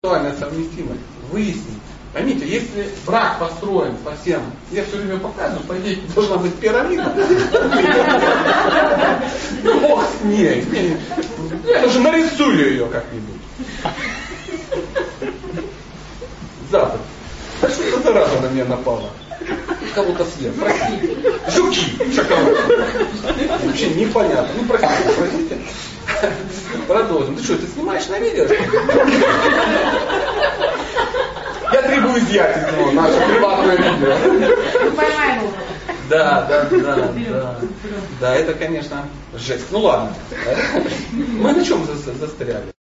сексуальная совместимость. Выяснить. Поймите, если брак построен совсем, я все время показываю, по идее должна быть пирамида. Ну бог с ней. Я уже нарисую ее как-нибудь. Запад. Да что это зараза на меня напала? Кого-то съел. Простите. Жуки. Шоколад. Вообще непонятно. Ну простите. Продолжим. Ты что, ты снимаешь на видео? Я требую изъять из него наше приватное видео. Да. Да, это, конечно, жесть. Ну ладно. Мы на чем застряли?